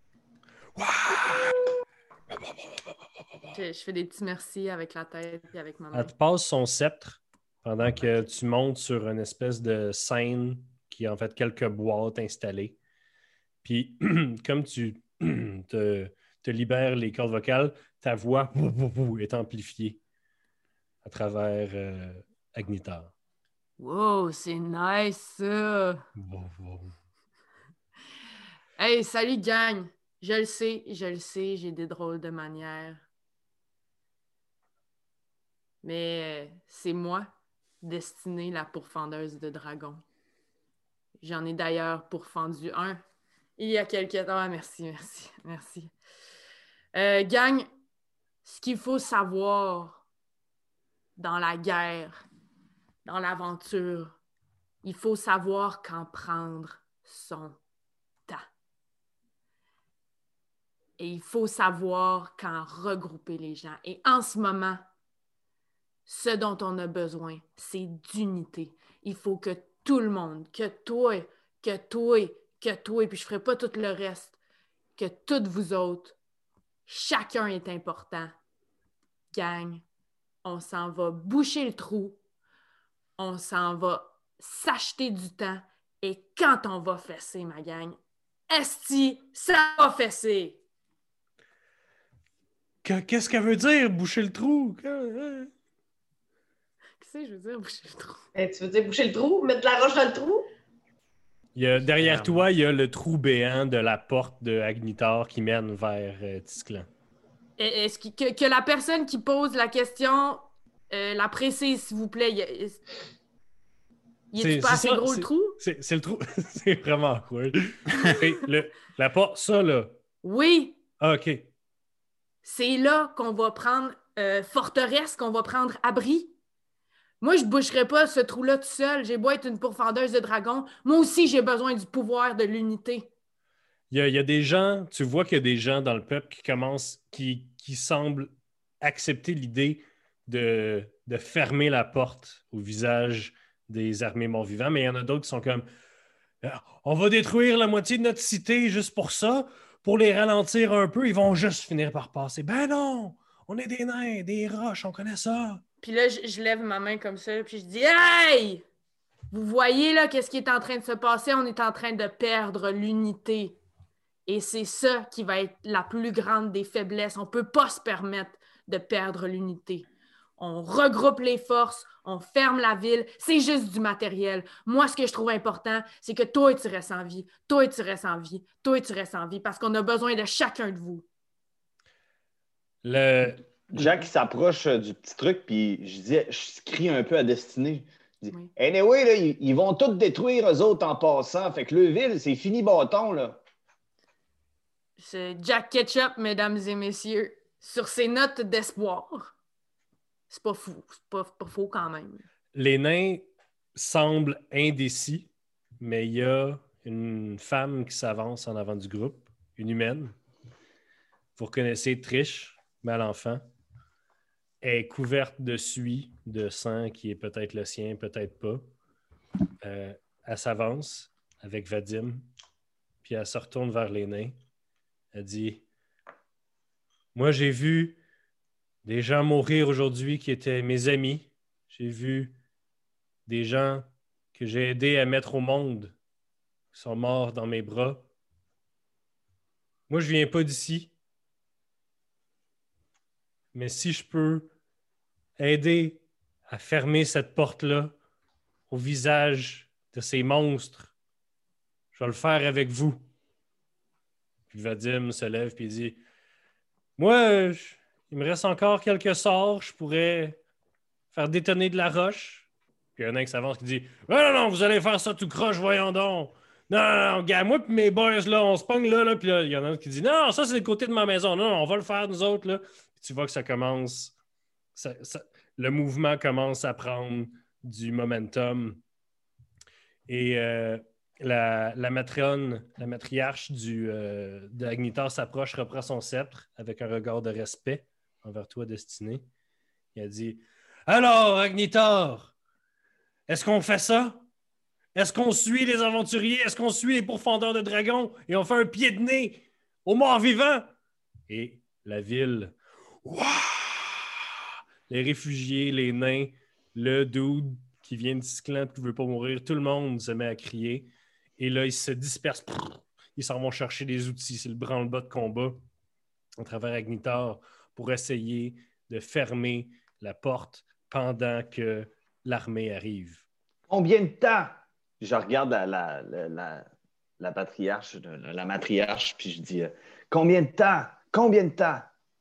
Je fais des petits merci avec la tête et avec ma main. Elle te passe son sceptre pendant que tu montes sur une espèce de scène qui a en fait quelques boîtes installées. Puis, comme tu te libères les cordes vocales, ta voix est amplifiée à travers Agnitar. Wow, c'est nice ça! Hey, salut gang! Je le sais, j'ai des drôles de manières. Mais c'est moi, Destinée, la pourfendeuse de dragons. J'en ai d'ailleurs pourfendu un il y a quelques temps. Ah, merci. Gang, ce qu'il faut savoir dans la guerre, dans l'aventure, il faut savoir quand prendre son temps. Et il faut savoir quand regrouper les gens. Et en ce moment, ce dont on a besoin, c'est d'unité. Il faut que tout le monde, que toi, puis je ferai pas tout le reste, que toutes vous autres, chacun est important. Gang, on s'en va boucher le trou, on s'en va s'acheter du temps, et quand on va fesser, ma gang, esti, ça va fesser! Qu'est-ce qu'elle veut dire, boucher le trou? Qu'est-ce que je veux dire, boucher le trou? Tu veux dire boucher le trou? Mettre de la roche dans le trou? Derrière toi, il y a le trou béant de la porte de Agnitar qui mène vers Tisclan. Est-ce que la personne qui pose la question la précise, s'il vous plaît? Il est pas assez gros, le trou? C'est le trou. C'est vraiment cool. La porte, ça, là. Oui. Ah, OK. C'est là qu'on va prendre forteresse, qu'on va prendre abri. Moi, je boucherai pas ce trou-là tout seul. J'ai beau être une pourfendeuse de dragons. Moi aussi, j'ai besoin du pouvoir de l'unité. Il y a des gens, tu vois qu'il y a des gens dans le peuple qui semblent accepter l'idée de fermer la porte au visage des armées morts-vivants, mais il y en a d'autres qui sont comme on va détruire la moitié de notre cité juste pour ça, pour les ralentir un peu, ils vont juste finir par passer. Ben non! On est des nains, des roches, on connaît ça. Puis là, je lève ma main comme ça, puis je dis « Hey! Vous voyez là qu'est-ce qui est en train de se passer? On est en train de perdre l'unité. Et c'est ça qui va être la plus grande des faiblesses. On ne peut pas se permettre de perdre l'unité. On regroupe les forces, on ferme la ville, c'est juste du matériel. Moi, ce que je trouve important, c'est que toi, tu restes en vie, toi, tu restes en vie, toi, tu restes en vie, parce qu'on a besoin de chacun de vous. » Jack s'approche du petit truc, puis je crie un peu à Destinée. Je dis, Oui. Anyway, là, ils vont tout détruire eux autres en passant. Fait que le ville, c'est fini bâton, là. C'est Jack Ketchup, mesdames et messieurs, sur ces notes d'espoir. C'est pas fou, c'est pas faux quand même. Les nains semblent indécis, mais il y a une femme qui s'avance en avant du groupe, une humaine. Vous reconnaissez Trish, Malenfant. Elle est couverte de suie, de sang qui est peut-être le sien, peut-être pas. Elle s'avance avec Vadim, puis elle se retourne vers les nains. Elle dit « Moi, j'ai vu des gens mourir aujourd'hui qui étaient mes amis. J'ai vu des gens que j'ai aidés à mettre au monde qui sont morts dans mes bras. Moi, je viens pas d'ici. Mais si je peux aider à fermer cette porte-là au visage de ces monstres, je vais le faire avec vous. » Puis Vadim se lève et dit « Moi, il me reste encore quelques sorts. Je pourrais faire détonner de la roche. Puis il y en a un qui s'avance qui dit non, vous allez faire ça tout croche, voyons donc. Non, gars, moi et mes boys, là, on se pogne là. Puis là, il y en a un qui dit non, ça, c'est le côté de ma maison. Non, on va le faire, nous autres. Là. Puis tu vois que ça commence. Le mouvement commence à prendre du momentum. Et la matrone, la matriarche de Agnitar s'approche, reprend son sceptre avec un regard de respect envers toi, Destinée. Il a dit alors, Agnitar, est-ce qu'on fait ça? Est-ce qu'on suit les aventuriers? Est-ce qu'on suit les pourfendeurs de dragons et on fait un pied de nez aux morts vivants? Et la ville, wow! Les réfugiés, les nains, le dude qui vient de Cyclan et qui ne veut pas mourir, tout le monde se met à crier. Et là, ils se dispersent. Ils s'en vont chercher des outils. C'est le branle-bas de combat à travers Agnitar pour essayer de fermer la porte pendant que l'armée arrive. Combien de temps? Je regarde la patriarche, la matriarche, puis je dis combien de temps? Combien de temps?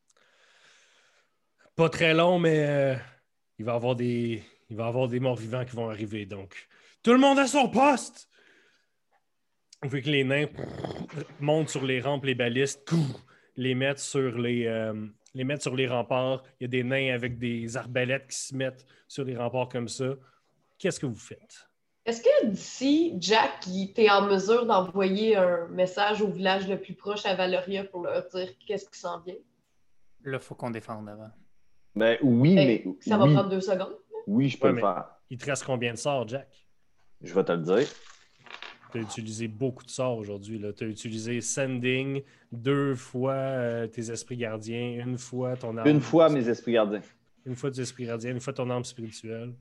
Pas très long, mais il va y avoir des morts-vivants qui vont arriver. Donc, tout le monde à son poste! Vous voyez que les nains montent sur les rampes, les balistes, les mettent sur les remparts. Il y a des nains avec des arbalètes qui se mettent sur les remparts comme ça. Qu'est-ce que vous faites? Est-ce que d'ici, Jack, t'es en mesure d'envoyer un message au village le plus proche à Valoria pour leur dire qu'est-ce qui s'en vient? Là, il faut qu'on défende avant. Ben oui, mais... Ça va prendre 2 secondes. Oui, je peux le faire. Il te reste combien de sorts, Jack? Je vais te le dire. Tu as utilisé beaucoup de sorts aujourd'hui. Tu as utilisé Sending 2 fois tes esprits gardiens, 1 fois ton arme. 1 fois mes esprits gardiens. 1 fois tes esprits gardiens, 1 fois ton arme spirituelle.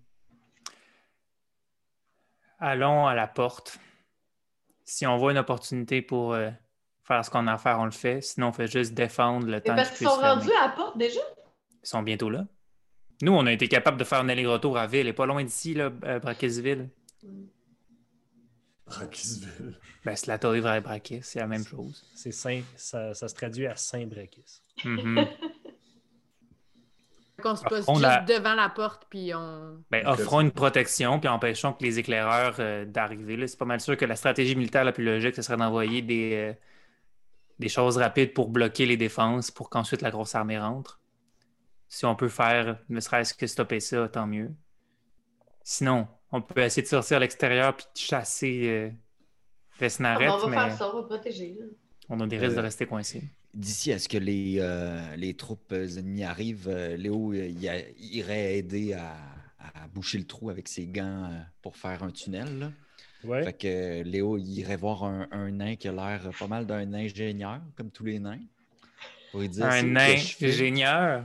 Allons à la porte. Si on voit une opportunité pour faire ce qu'on a à faire, on le fait. Sinon, on fait juste défendre le temps parce qu'ils sont rendus à la porte déjà? Ils sont bientôt là. Nous, on a été capable de faire un aller-retour à Ville. Et pas loin d'ici, là, Braquisville. Braquisville. Ben, c'est la Torre vers Braquis, c'est la même chose. C'est ça se traduit à Saint-Braquis. Mm-hmm. Qu'on se pose juste devant la porte, puis on... Ben, offrons une protection, puis empêchons que les éclaireurs d'arriver. Là, c'est pas mal sûr que la stratégie militaire la plus logique, ce serait d'envoyer des choses rapides pour bloquer les défenses, pour qu'ensuite la grosse armée rentre. Si on peut faire, ne serait-ce que stopper ça, tant mieux. Sinon, on peut essayer de sortir à l'extérieur puis de chasser Vesnaret, on va faire ça, on va protéger. Là. On a des risques de rester coincés. D'ici à ce que les troupes ennemies arrivent, Léo irait aider à boucher le trou avec ses gants pour faire un tunnel. Là. Ouais. Fait que Léo irait voir un nain qui a l'air pas mal d'un ingénieur, comme tous les nains. Pour lui dire, un nain ingénieur?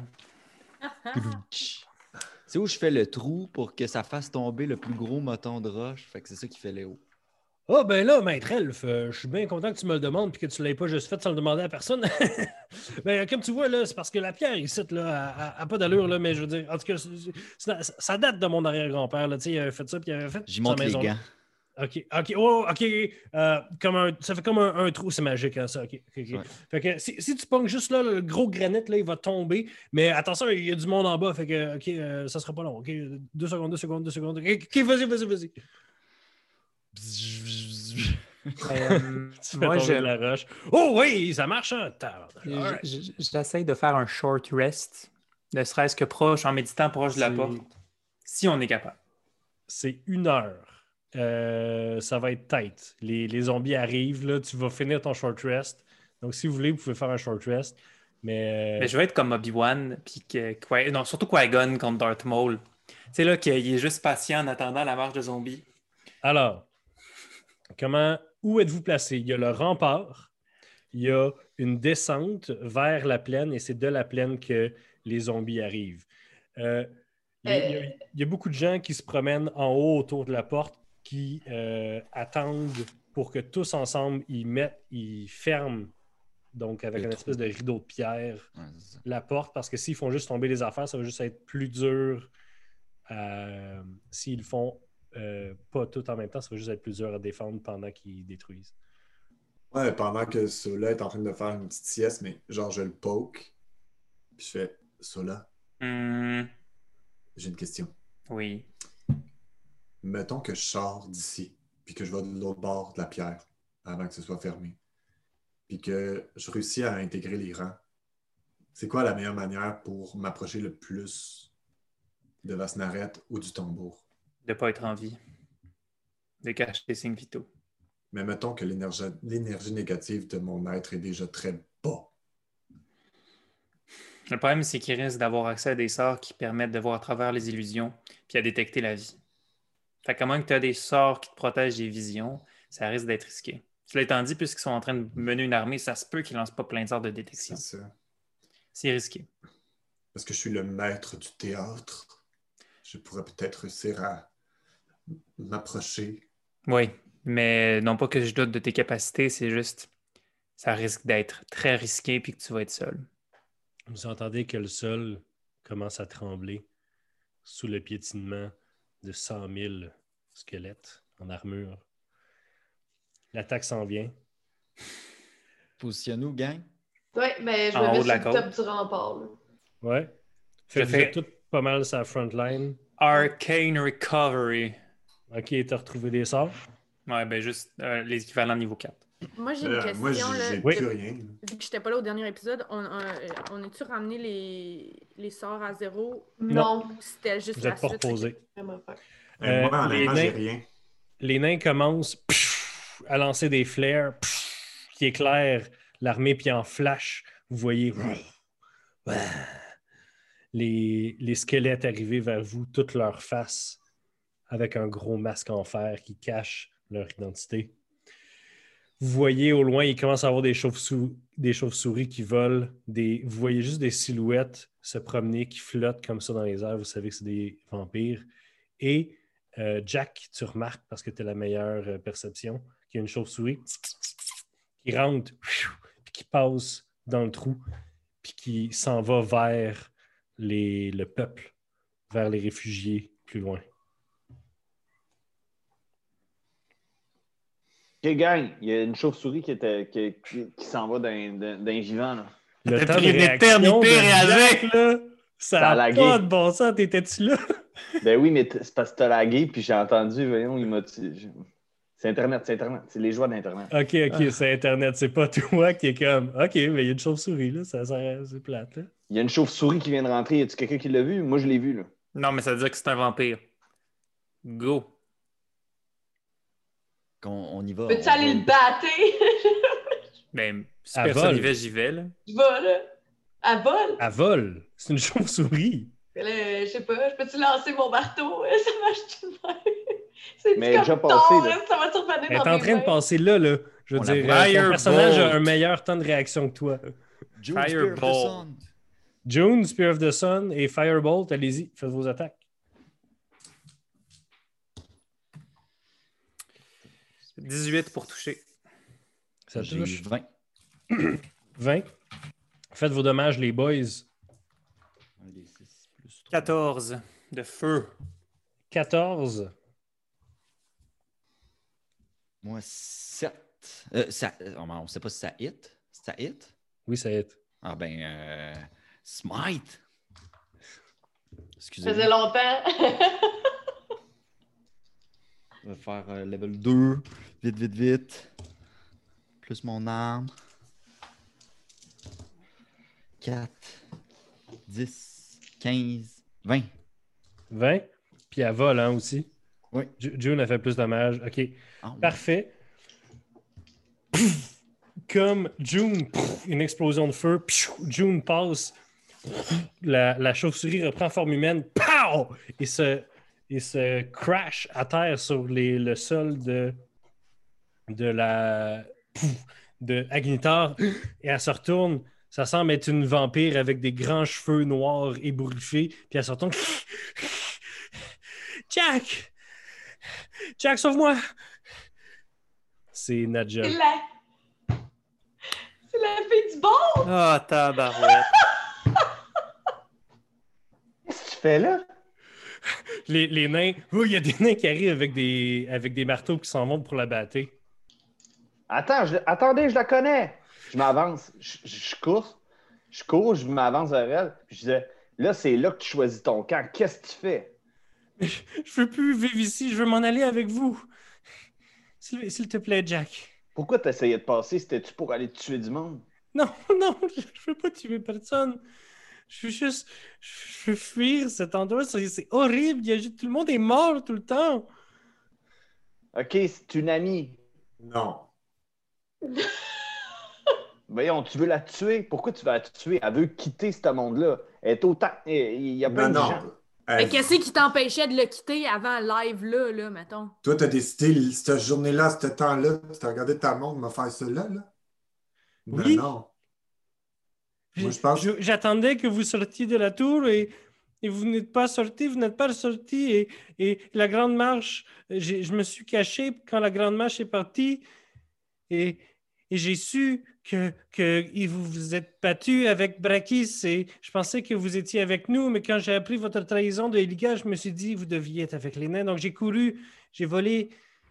C'est où je fais le trou pour que ça fasse tomber le plus gros moton de roche. Fait que c'est ça qui fait Léo. Ah, ben là, maître Elfe, je suis bien content que tu me le demandes et que tu ne l'aies pas juste fait sans le demander à personne. Ben, comme tu vois, là, c'est parce que la pierre ici, là, a pas d'allure, là, mais je veux dire, en tout cas, ça date de mon arrière-grand-père, là, tu sais, il avait fait ça, puis il avait fait J'y montre les gants. OK. Ça fait comme un trou, c'est magique, hein, ça. OK. Ouais. Fait que si tu pognes juste là, le gros granit, là, il va tomber. Mais attention, il y a du monde en bas, fait que, OK, ça sera pas long. OK, 2 secondes. OK, vas-y. Moi, la roche. Oh oui, ça marche, hein? J'essaie de faire un short rest, ne serait-ce que proche, en méditant proche de la porte, si on est capable. C'est 1 heure. Ça va être tight. Les zombies arrivent, là, tu vas finir ton short rest. Donc, si vous voulez, vous pouvez faire un short rest. Mais je vais être comme Obi-Wan, puis surtout Qui-Gon contre Darth Maul. Tu sais, là, qu'il est juste patient en attendant la marche de zombies. Alors, où êtes-vous placé? Il y a le rempart, il y a une descente vers la plaine, et c'est de la plaine que les zombies arrivent. Il y a beaucoup de gens qui se promènent en haut autour de la porte, qui attendent pour que tous ensemble, ils ferment, donc avec une espèce de rideau de pierre, la porte, parce que s'ils font juste tomber les affaires, ça va juste être plus dur. S'ils le font pas tout en même temps, ça va juste être plus dur à défendre pendant qu'ils détruisent. Ouais, pendant que Sola est en train de faire une petite sieste, mais genre je le poke, puis je fais Sola. J'ai une question. Oui. mettons que je sors d'ici, puis que je vais de l'autre bord de la pierre avant que ce soit fermé, puis que je réussis à intégrer les rangs. C'est quoi la meilleure manière pour m'approcher le plus de Vasnaret ou du tambour? De ne pas être en vie. De cacher les signes vitaux. Mais mettons que l'énergie négative de mon être est déjà très bas. Le problème, c'est qu'il risque d'avoir accès à des sorts qui permettent de voir à travers les illusions puis à détecter la vie. Fait qu'à moins que tu as des sorts qui te protègent des visions, ça risque d'être risqué. Cela étant dit, puisqu'ils sont en train de mener une armée, ça se peut qu'ils ne lancent pas plein de sorts de détection. C'est ça. C'est risqué. Parce que je suis le maître du théâtre. Je pourrais peut-être réussir à m'approcher. Oui, mais non pas que je doute de tes capacités, c'est juste ça risque d'être très risqué puis que tu vas être seul. Vous entendez que le sol commence à trembler sous le piétinement de 100 000 squelettes en armure. L'attaque s'en vient. Positionne-nous, gang. Ouais, mais je En me haut mets de sur la le top du rempart. Là. Ouais. Fait que Je vous fais- êtes tous pas mal sur la front line. Arcane Recovery. OK, t'as retrouvé des sorts? Ouais, ben juste les équivalents niveau 4. Moi, j'ai une question. Moi, là, j'ai Oui. plus rien. Vu que j'étais pas là au dernier épisode, on a-tu ramené les sorts à zéro? Non. Ou c'était juste Vous la n'êtes pas suite? reposé. Vraiment pas. Moi, les honnêtement, j'ai nains- rien. Les nains commencent à lancer des flares qui éclairent l'armée, puis en flash, vous voyez les squelettes arriver vers vous, toutes leurs faces, avec un gros masque en fer qui cache leur identité. Vous voyez au loin, il commence à avoir des chauves-souris qui volent. Vous voyez juste des silhouettes se promener, qui flottent comme ça dans les airs. Vous savez que c'est des vampires. Et Jack, tu remarques, parce que tu as la meilleure perception, qu'il y a une chauve-souris qui rentre, puis qui passe dans le trou, puis qui s'en va vers le peuple, vers les réfugiés plus loin. OK, gang, il y a une chauve-souris qui s'en va d'un vivant. Là. Le T'as temps de pris une réaction éternité de réagir. Jack, là, ça Ça a n'a lagué. pas de bon sens. T'étais-tu là? Ben oui, mais c'est parce que t'as lagué, puis j'ai entendu, voyons, il m'a... C'est Internet. C'est les joies d'Internet. OK, c'est Internet. C'est pas toi qui est comme OK, mais il y a une chauve-souris, là. C'est plate, là. Il y a une chauve-souris qui vient de rentrer. Y a-tu quelqu'un qui l'a vu? Moi, je l'ai vu, là. Non, mais ça veut dire que c'est un vampire. Go. On y va. Peux-tu on aller va. le battre? Ben, si À personne vol. y va, j'y vais, là. Je vais, là. À vol? Elle vole. C'est une chauve-souris. Là, je sais pas, je peux-tu lancer mon marteau? Ça marche-tu de même? C'est Mais déjà comme passé, tard, là. ça va te revenir Elle est dans en mes train de mains. passer là, là. Je veux On la dire, voit. ton personnage a Firebolt. un meilleur temps de réaction que toi. June, Spear of the Fireball. Sun. June, Spear of the Sun et Firebolt, allez-y, faites vos attaques. 18 pour toucher. Ça J'ai touche. 20. 20. Faites vos dommages, les boys. 14 de feu. 14. Moi, 7. On ne sait pas si ça hit. Ça hit? Oui, ça hit. Ah ben, Smite. Ça faisait Excusez-moi. longtemps. On va faire level 2. Vite. Plus mon arme. 4, 10, 15, 20. 20. Puis elle vole, hein, aussi. Oui. June a fait plus de dommages. OK. Ah, ouais. Parfait. Comme June, une explosion de feu. June passe. La chauve-souris reprend forme humaine. Pow! Et se crash à terre sur le sol de Agnitar. Et elle se retourne. Ça semble être une vampire avec des grands cheveux noirs ébouriffés. Puis elle se retourne. Jack! Jack, sauve-moi! C'est Nadja. C'est la fille du bord! Ah, tabarouette. Qu'est-ce que tu fais là? Les nains. Oh, il y a des nains qui arrivent avec des marteaux qui s'en vont pour la battre. Attendez, je la connais. Je m'avance. Je cours, je m'avance vers elle. Puis je disais, là, c'est là que tu choisis ton camp. Qu'est-ce que tu fais? Je veux plus vivre ici, je veux m'en aller avec vous. S'il te plaît, Jack. Pourquoi t'essayais de passer? C'était-tu pour aller tuer du monde? Non, non, je veux pas tuer personne. Je veux fuir cet endroit. C'est horrible. Tout le monde est mort tout le temps. OK, c'est une amie. Non. Voyons, tu veux la tuer? Pourquoi tu veux la tuer? Elle veut quitter ce monde-là. Elle est autant... Il y a plein de gens. Mais qu'est-ce qui t'empêchait de le quitter avant le live là, mettons? Toi, t'as décidé, cette journée-là, ce temps-là, tu t'as regardé ta montre, me faire ça là? Oui. Non. Moi, je pense... J'attendais que vous sortiez de la tour et vous n'êtes pas sorti, et la grande marche, je me suis caché quand la grande marche est partie et j'ai su que vous vous êtes battu avec Brakis et je pensais que vous étiez avec nous, mais quand j'ai appris votre trahison de Eliga, je me suis dit vous deviez être avec les nains, donc j'ai couru, j'ai volé.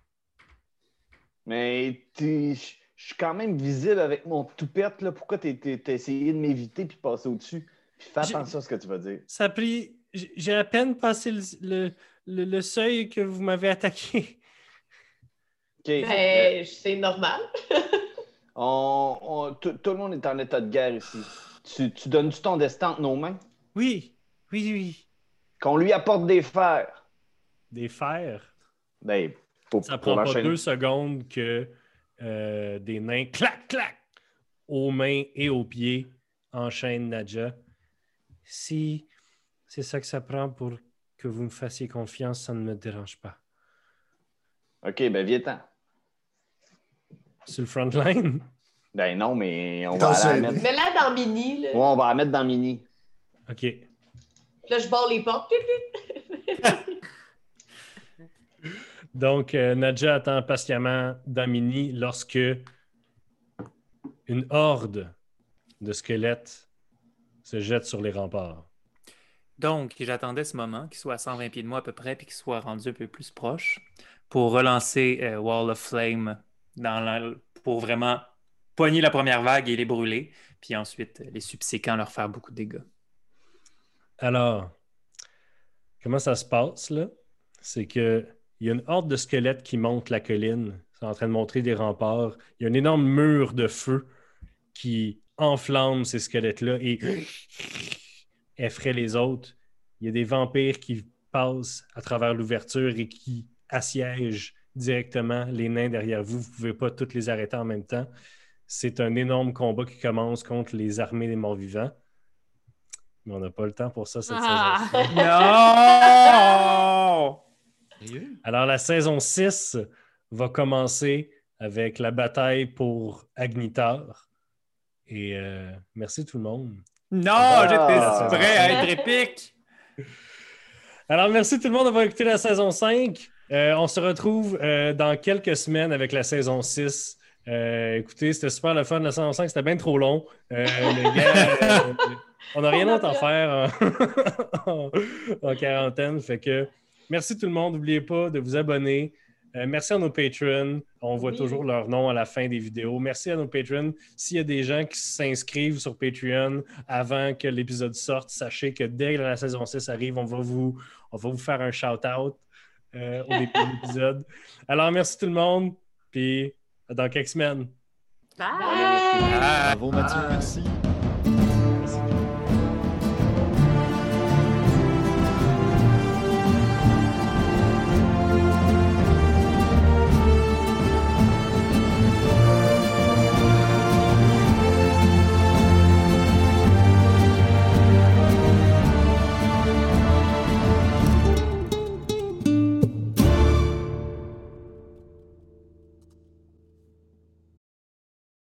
Mais je suis quand même visible avec mon toupette, là. Pourquoi t'as essayé de m'éviter puis de passer au-dessus? Puis fais attention à ce que tu vas dire. Ça a pris... J'ai à peine passé le seuil que vous m'avez attaqué. OK. Ben, c'est normal. Tout le monde est en état de guerre ici. Tu donnes-tu ton destin entre nos mains? Oui, oui, oui. Qu'on lui apporte des fers. Des fers. Ben, ça prend pas 2 secondes que des nains, clac, clac, aux mains et aux pieds, enchaînent Nadja. Si c'est ça que ça prend pour que vous me fassiez confiance, ça ne me dérange pas. OK, ben viens-t'en. Sur le front line? Ben non, mais on va aller la mettre... Mets-la dans Mini. Là. Ouais, on va la mettre dans Mini. OK. Puis là, je barre les portes. Donc, Nadja attend patiemment dans Mini lorsque une horde de squelettes se jette sur les remparts. Donc, j'attendais ce moment, qu'il soit à 120 pieds de moi à peu près, puis qu'il soit rendu un peu plus proche, pour relancer Wall of Flame pour vraiment pogner la première vague et les brûler, puis ensuite, les subséquents, leur faire beaucoup de dégâts. Alors, comment ça se passe, là? C'est qu'il y a une horde de squelettes qui monte la colline. C'est en train de montrer des remparts. Il y a un énorme mur de feu qui enflamme ces squelettes-là et effraie les autres. Il y a des vampires qui passent à travers l'ouverture et qui assiègent directement les nains derrière vous. Vous ne pouvez pas tous les arrêter en même temps. C'est un énorme combat qui commence contre les armées des morts-vivants. Mais on n'a pas le temps pour ça cette saison. Non! Alors, la saison 6 va commencer avec la bataille pour Agnitar. Et merci tout le monde. Non, j'étais prêt à être épique! Alors, merci tout le monde d'avoir écouté la saison 5. On se retrouve dans quelques semaines avec la saison 6. Écoutez, c'était super le fun. La saison 5, c'était bien trop long. On n'a rien d'autre à faire en quarantaine. Fait que merci tout le monde. N'oubliez pas de vous abonner. Merci à nos patrons. On voit toujours leur nom à la fin des vidéos. Merci à nos patrons. S'il y a des gens qui s'inscrivent sur Patreon avant que l'épisode sorte, sachez que dès que la saison 6 arrive, on va vous faire un shout-out au début de l'épisode. Alors, merci tout le monde. Puis, dans quelques semaines. Bye! Bravo, Mathieu. Merci.